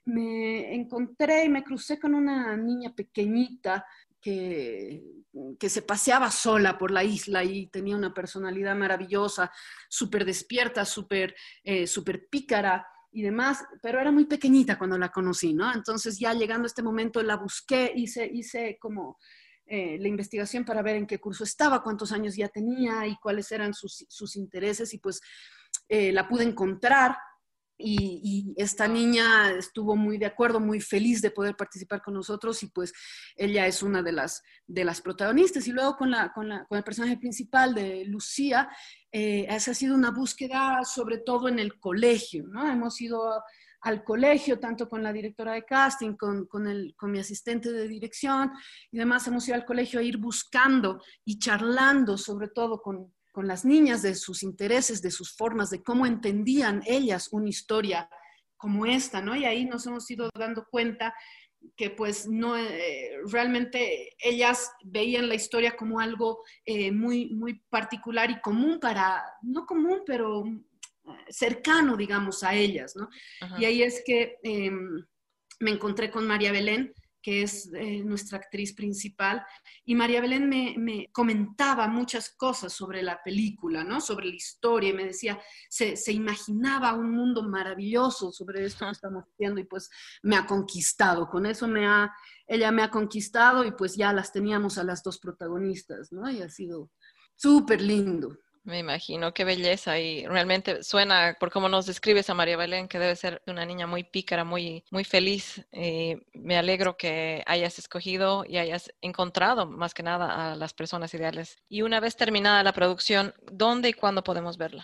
L: me encontré y me crucé con una niña pequeñita que, que se paseaba sola por la isla y tenía una personalidad maravillosa, súper despierta, súper eh, súper pícara y demás, pero era muy pequeñita cuando la conocí, ¿no? Entonces ya llegando a este momento la busqué, hice, hice como eh, la investigación para ver en qué curso estaba, cuántos años ya tenía y cuáles eran sus, sus intereses, y pues eh, la pude encontrar. Y, y esta niña estuvo muy de acuerdo, muy feliz de poder participar con nosotros, y pues ella es una de las, de las protagonistas. Y luego con, la, con, la, con el personaje principal de Lucía, eh, esa ha sido una búsqueda sobre todo en el colegio, ¿no? Hemos ido al colegio, tanto con la directora de casting, con, con, el, con mi asistente de dirección y demás, hemos ido al colegio a ir buscando y charlando sobre todo con con las niñas, de sus intereses, de sus formas, de cómo entendían ellas una historia como esta, ¿no? Y ahí nos hemos ido dando cuenta que pues no, eh, realmente ellas veían la historia como algo eh, muy, muy particular y común para, no común, pero cercano, digamos, a ellas, ¿no? Ajá. Y ahí es que eh, me encontré con María Belén, que es eh, nuestra actriz principal, y María Belén me, me comentaba muchas cosas sobre la película, ¿no? Sobre la historia, y me decía, se, se imaginaba un mundo maravilloso sobre esto que estamos haciendo, y pues me ha conquistado, con eso me ha, ella me ha conquistado, y pues ya las teníamos a las dos protagonistas, ¿no? Y ha sido súper lindo.
K: Me imagino, qué belleza, y realmente suena, por cómo nos describes a María Belén, que debe ser una niña muy pícara, muy, muy feliz. Eh, me alegro que hayas escogido y hayas encontrado, más que nada, a las personas ideales. Y una vez terminada la producción, ¿dónde y cuándo podemos verla?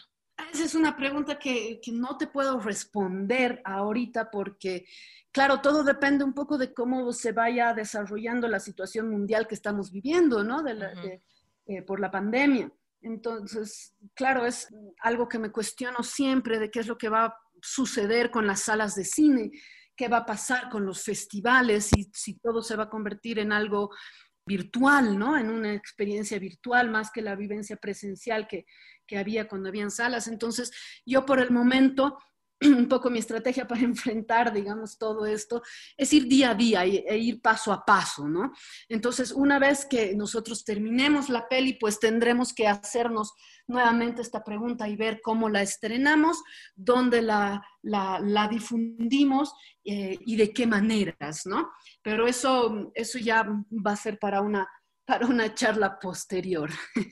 L: Esa es una pregunta que, que no te puedo responder ahorita porque, claro, todo depende un poco de cómo se vaya desarrollando la situación mundial que estamos viviendo, ¿no? De la, uh-huh. de, eh, por la pandemia. Entonces, claro, es algo que me cuestiono siempre de qué es lo que va a suceder con las salas de cine, qué va a pasar con los festivales y si todo se va a convertir en algo virtual, ¿no? En una experiencia virtual más que la vivencia presencial que, que había cuando habían salas. Entonces, yo por el momento, un poco mi estrategia para enfrentar, digamos, todo esto, es ir día a día e ir paso a paso, ¿no? Entonces, una vez que nosotros terminemos la peli, pues tendremos que hacernos nuevamente esta pregunta y ver cómo la estrenamos, dónde la, la, la difundimos eh, y de qué maneras, ¿no? Pero eso, eso ya va a ser para una, para una charla posterior.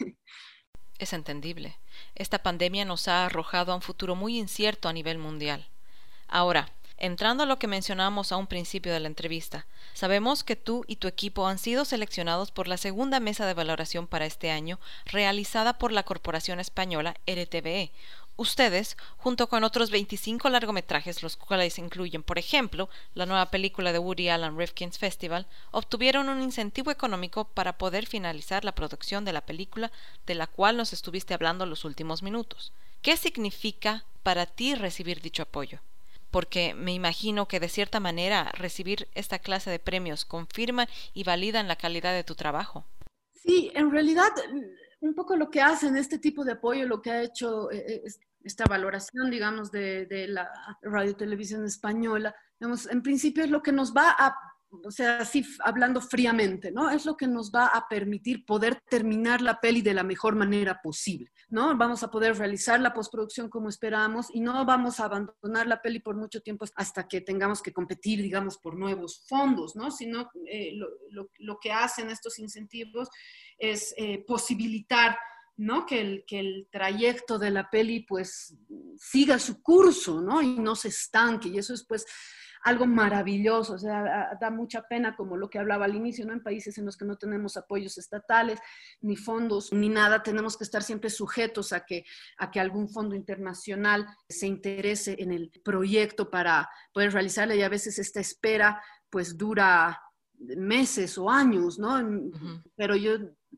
K: Es entendible. Esta pandemia nos ha arrojado a un futuro muy incierto a nivel mundial. Ahora, entrando a lo que mencionamos a un principio de la entrevista, sabemos que tú y tu equipo han sido seleccionados por la segunda mesa de valoración para este año, realizada por la corporación española R T V E. Ustedes, junto con otros veinticinco largometrajes, los cuales incluyen, por ejemplo, la nueva película de Woody Allen Rifkin's Festival, obtuvieron un incentivo económico para poder finalizar la producción de la película de la cual nos estuviste hablando los últimos minutos. ¿Qué significa para ti recibir dicho apoyo? Porque me imagino que de cierta manera recibir esta clase de premios confirma y validan la calidad de tu trabajo.
L: Sí, en realidad un poco lo que hacen este tipo de apoyo, lo que ha hecho eh, esta valoración, digamos, de, de la radio televisión española, digamos, en principio es lo que nos va a, o sea, así hablando fríamente, ¿no? Es lo que nos va a permitir poder terminar la peli de la mejor manera posible, ¿no? Vamos a poder realizar la postproducción como esperamos y no vamos a abandonar la peli por mucho tiempo hasta que tengamos que competir, digamos, por nuevos fondos, ¿no? Sino eh, lo, lo, lo que hacen estos incentivos es eh, posibilitar, ¿no? Que el, que el trayecto de la peli pues siga su curso, ¿no? Y no se estanque, y eso es pues algo maravilloso, o sea, da mucha pena, como lo que hablaba al inicio, ¿no? En países en los que no tenemos apoyos estatales, ni fondos, ni nada, tenemos que estar siempre sujetos a que, a que algún fondo internacional se interese en el proyecto para poder realizarlo, y a veces esta espera pues dura meses o años, ¿no? Uh-huh. Pero yo,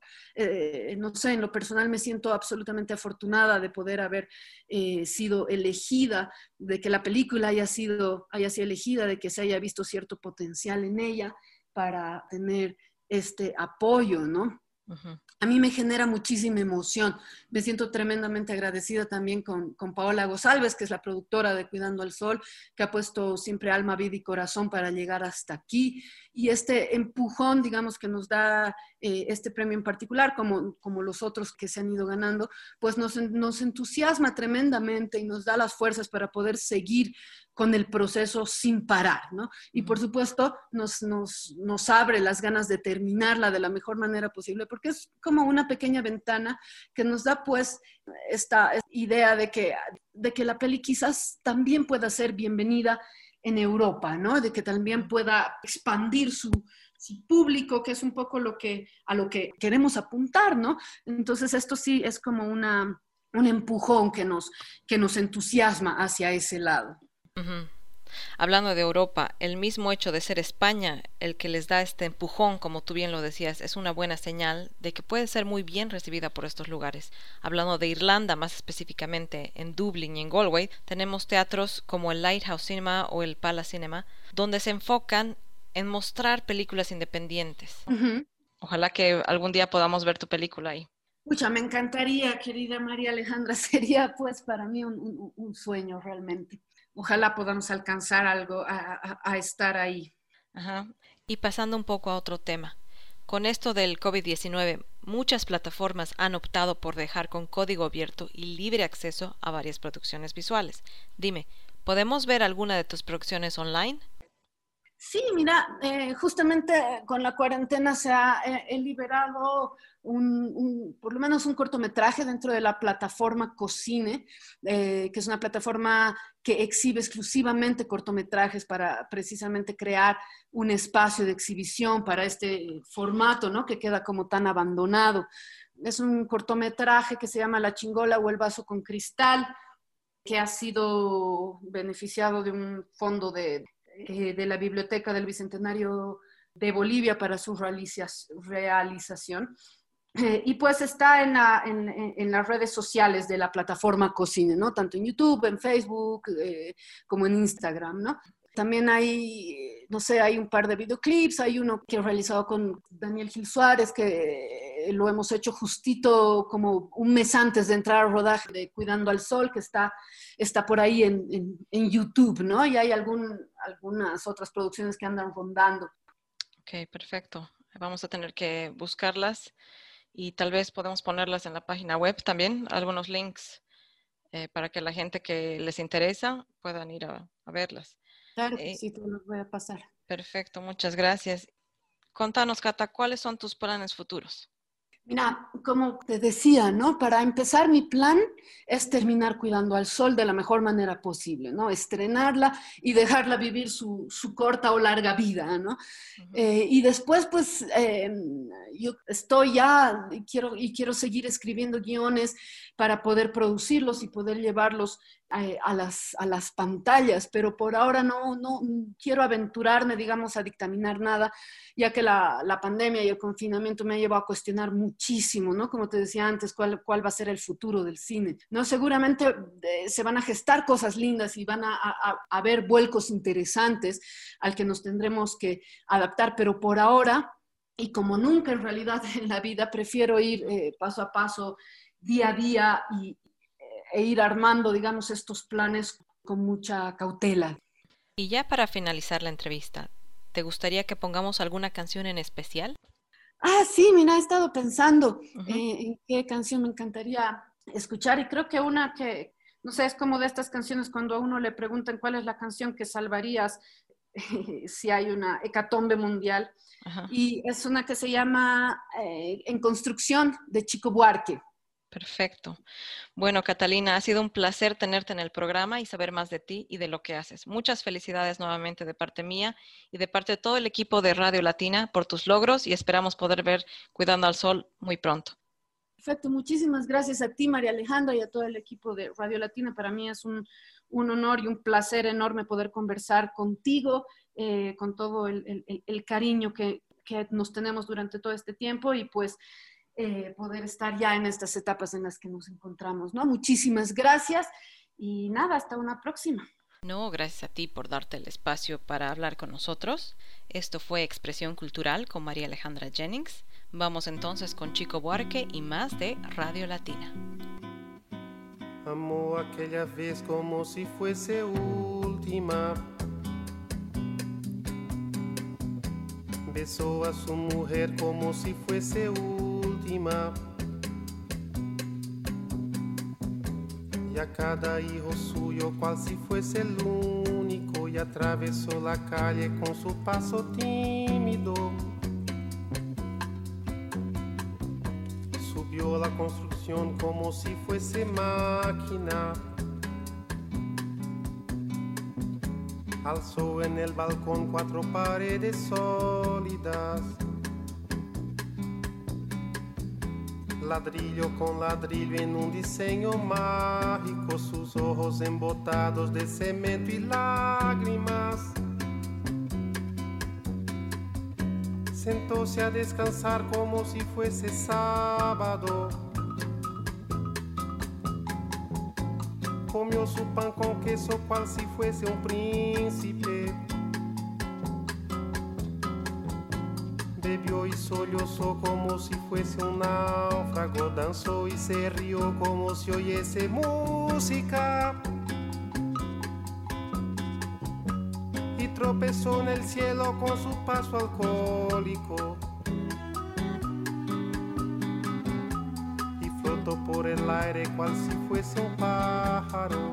L: eh, no sé, en lo personal me siento absolutamente afortunada de poder haber eh, sido elegida, de que la película haya sido, haya sido elegida, de que se haya visto cierto potencial en ella para tener este apoyo, ¿no? Uh-huh. A mí me genera muchísima emoción. Me siento tremendamente agradecida también con, con Paola González, que es la productora de Cuidando al Sol, que ha puesto siempre alma, vida y corazón para llegar hasta aquí. Y este empujón, digamos, que nos da eh, este premio en particular, como, como los otros que se han ido ganando, pues nos, nos entusiasma tremendamente y nos da las fuerzas para poder seguir con el proceso sin parar, ¿no? Y por supuesto nos, nos, nos abre las ganas de terminarla de la mejor manera posible, porque es como una pequeña ventana que nos da pues esta idea de que, de que la peli quizás también pueda ser bienvenida en Europa, ¿no? De que también pueda expandir su, su público, que es un poco lo que, a lo que queremos apuntar, ¿no? Entonces esto sí es como una, un empujón que nos, que nos entusiasma hacia ese lado.
K: Uh-huh. Hablando de Europa, el mismo hecho de ser España el que les da este empujón, como tú bien lo decías, es una buena señal de que puede ser muy bien recibida por estos lugares. Hablando de Irlanda, más específicamente en Dublín y en Galway, tenemos teatros como el Lighthouse Cinema o el Palace Cinema, donde se enfocan en mostrar películas independientes. Uh-huh. Ojalá que algún día podamos ver tu película ahí.
L: Pucha, me encantaría, querida María Alejandra, sería pues para mí un, un, un sueño realmente. Ojalá podamos alcanzar algo, a, a, a estar ahí.
K: Ajá. Y pasando un poco a otro tema. Con esto del COVID diecinueve, muchas plataformas han optado por dejar con código abierto y libre acceso a varias producciones visuales. Dime, ¿podemos ver alguna de tus producciones online?
L: Sí, mira, eh, justamente con la cuarentena se ha eh, liberado un, un, por lo menos un cortometraje dentro de la plataforma Cocine, eh, que es una plataforma que exhibe exclusivamente cortometrajes para precisamente crear un espacio de exhibición para este formato, ¿no? Que queda como tan abandonado. Es un cortometraje que se llama La Chingola o El Vaso con Cristal, que ha sido beneficiado de un fondo de, de la Biblioteca del Bicentenario de Bolivia para su realización. Eh, y pues está en, la, en, en las redes sociales de la plataforma Cocine, ¿no? Tanto en YouTube, en Facebook, eh, como en Instagram, ¿no? También hay, no sé, hay un par de videoclips, hay uno que he realizado con Daniel Gil Suárez, que lo hemos hecho justito como un mes antes de entrar al rodaje de Cuidando al Sol, que está, está por ahí en, en, en YouTube, ¿no? Y hay algún, algunas otras producciones que andan rondando.
K: Ok, perfecto. Vamos a tener que buscarlas y tal vez podemos ponerlas en la página web también, algunos links eh, para que la gente que les interesa puedan ir a, a verlas.
L: Claro que eh, sí, te los voy a pasar.
K: Perfecto, muchas gracias. Contanos, Cata, ¿cuáles son tus planes futuros?
L: Mira, como te decía, ¿no? Para empezar, mi plan es terminar Cuidando al Sol de la mejor manera posible, ¿no? Estrenarla y dejarla vivir su, su corta o larga vida, ¿no? Uh-huh. eh, y después, pues, eh, yo estoy ya y quiero, y quiero seguir escribiendo guiones para poder producirlos y poder llevarlos eh, a, las, a las pantallas, pero por ahora no, no quiero aventurarme, digamos, a dictaminar nada, ya que la, la pandemia y el confinamiento me ha llevado a cuestionar muchísimo, ¿no? Como te decía antes, ¿cuál, cuál va a ser el futuro del cine? ¿No? Seguramente eh, se van a gestar cosas lindas y van a, a, a haber vuelcos interesantes al que nos tendremos que adaptar, pero por ahora, y como nunca en realidad en la vida, prefiero ir eh, paso a paso, día a día y, e ir armando, digamos, estos planes con mucha cautela.
K: Y ya para finalizar la entrevista, ¿te gustaría que pongamos alguna canción en especial?
L: Ah, sí, mira, he estado pensando uh-huh. eh, en qué canción me encantaría escuchar y creo que una que, no sé, es como de estas canciones cuando a uno le preguntan cuál es la canción que salvarías eh, si hay una hecatombe mundial. Uh-huh. Y es una que se llama eh, En Construcción, de Chico Buarque.
K: Perfecto. Bueno, Catalina, ha sido un placer tenerte en el programa y saber más de ti y de lo que haces. Muchas felicidades nuevamente de parte mía y de parte de todo el equipo de Radio Latina por tus logros y esperamos poder ver Cuidando al Sol muy pronto.
L: Perfecto. Muchísimas gracias a ti, María Alejandra, y a todo el equipo de Radio Latina. Para mí es un, un honor y un placer enorme poder conversar contigo, eh, con todo el, el, el cariño que, que nos tenemos durante todo este tiempo y pues Eh, poder estar ya en estas etapas en las que nos encontramos, ¿no? Muchísimas gracias y nada, hasta una próxima.
K: No, gracias a ti por darte el espacio para hablar con nosotros. Esto fue Expresión Cultural con María Alejandra Jennings. Vamos entonces con Chico Buarque y más de Radio Latina.
T: Amó aquella vez como si fuese última. Besó a su mujer como si fuese última. Y a cada hijo suyo cual si fuese el único, y atravesó la calle con su paso tímido. Subió a la construcción como si fuese máquina. Alzó en el balcón cuatro paredes sólidas. Ladrillo con ladrillo en un diseño mágico, sus ojos embotados de cemento y lágrimas. Sentóse a descansar como si fuese sábado. Comió su pan con queso cual si fuese un príncipe. Bebió y sollozó como si fuese un náufrago. Danzó y se rió como si oyese música. Y tropezó en el cielo con su paso alcohólico. Y flotó por el aire cual si fuese un pájaro.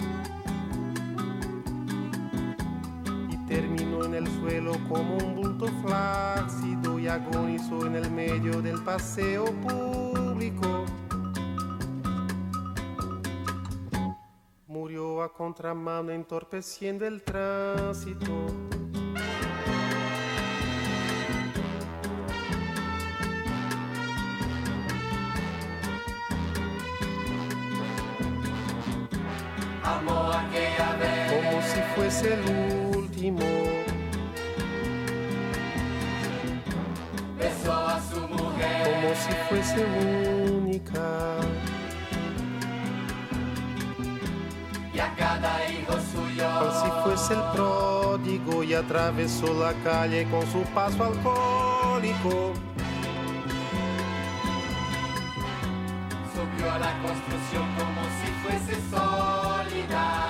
T: Terminó en el suelo como un bulto flácido y agonizó en el medio del paseo público. Murió a contramano entorpeciendo el tránsito.
I: amó aquella vez
T: como si fuese el último.
I: Besó a su mujer
T: como si fuese única.
I: Y a cada hijo suyo,
T: cual si fuese el pródigo, y atravesó la calle con su paso alcohólico.
I: Subió a la construcción como si fuese sólida.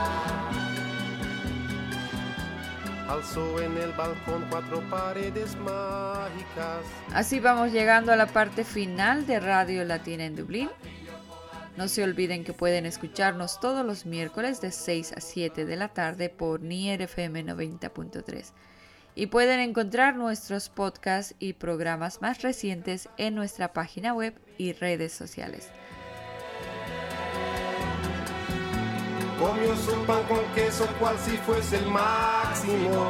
T: Alzó en el balcón cuatro paredes mágicas.
E: Así vamos llegando a la parte final de Radio Latina en Dublín. No se olviden que pueden escucharnos todos los miércoles de seis a siete de la tarde por Nier F M noventa punto tres. Y pueden encontrar nuestros podcasts y programas más recientes en nuestra página web y redes sociales.
T: Comió su pan con queso cual si fuese el máximo.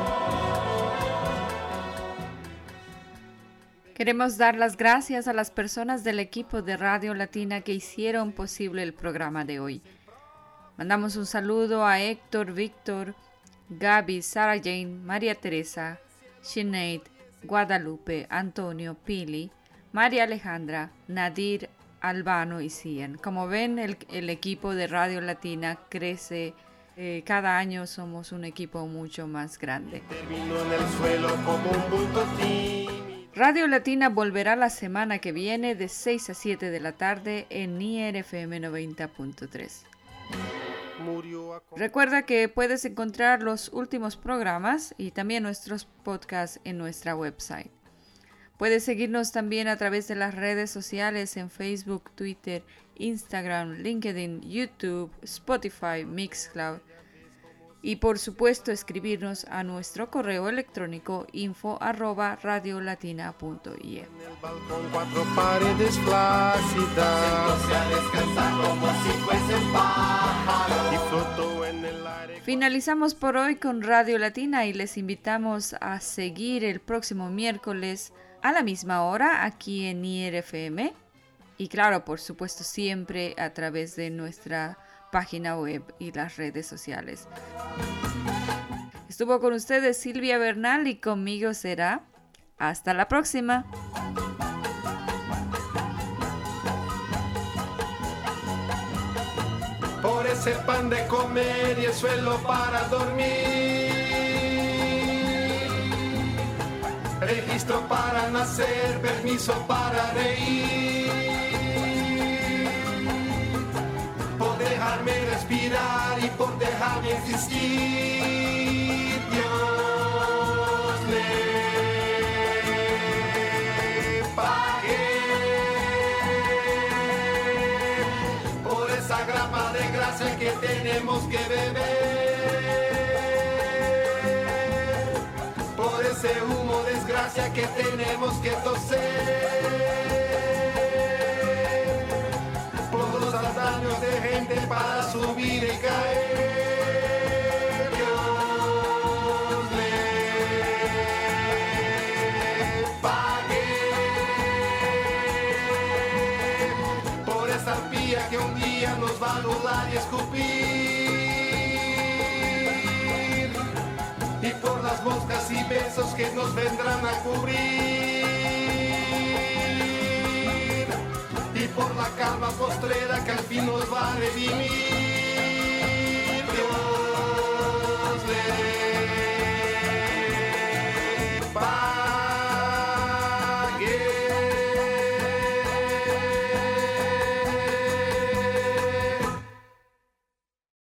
E: Queremos dar las gracias a las personas del equipo de Radio Latina que hicieron posible el programa de hoy. Mandamos un saludo a Héctor, Víctor, Gaby, Sarah Jane, María Teresa, Sinead, Guadalupe, Antonio, Pili, María Alejandra, Nadir, Albano y Cian. Como ven, el, el equipo de Radio Latina crece. Eh, cada año somos un equipo mucho más grande.
T: Terminó en el suelo como un bulto tímido.
E: Radio Latina volverá la semana que viene de seis a siete de la tarde en Nier F M noventa punto tres. Recuerda que puedes encontrar los últimos programas y también nuestros podcasts en nuestra website. Puedes seguirnos también a través de las redes sociales en Facebook, Twitter, Instagram, LinkedIn, YouTube, Spotify, Mixcloud. Y por supuesto escribirnos a nuestro correo electrónico info arroba radiolatina punto i e.
T: Con cuatro paredes flácidas.
E: Finalizamos por hoy con Radio Latina y les invitamos a seguir el próximo miércoles a la misma hora aquí en Nier F M. Y claro, por supuesto, siempre a través de nuestra página web y las redes sociales. Estuvo con ustedes Silvia Bernal y conmigo será hasta la próxima.
T: Por ese pan de comer y el suelo para dormir, registro para nacer, permiso para reír, por dejarme respirar y por dejarme existir. Dios le pague por esa grapa de grasa que tenemos que beber, por ese humo desgracia que tenemos que toser, de gente para subir y caer. Dios le pague por esa arpía que un día nos va a anular y escupir, y por las moscas y besos que nos vendrán a cubrir, por la calma postrera que al fin nos va a redimir. Dios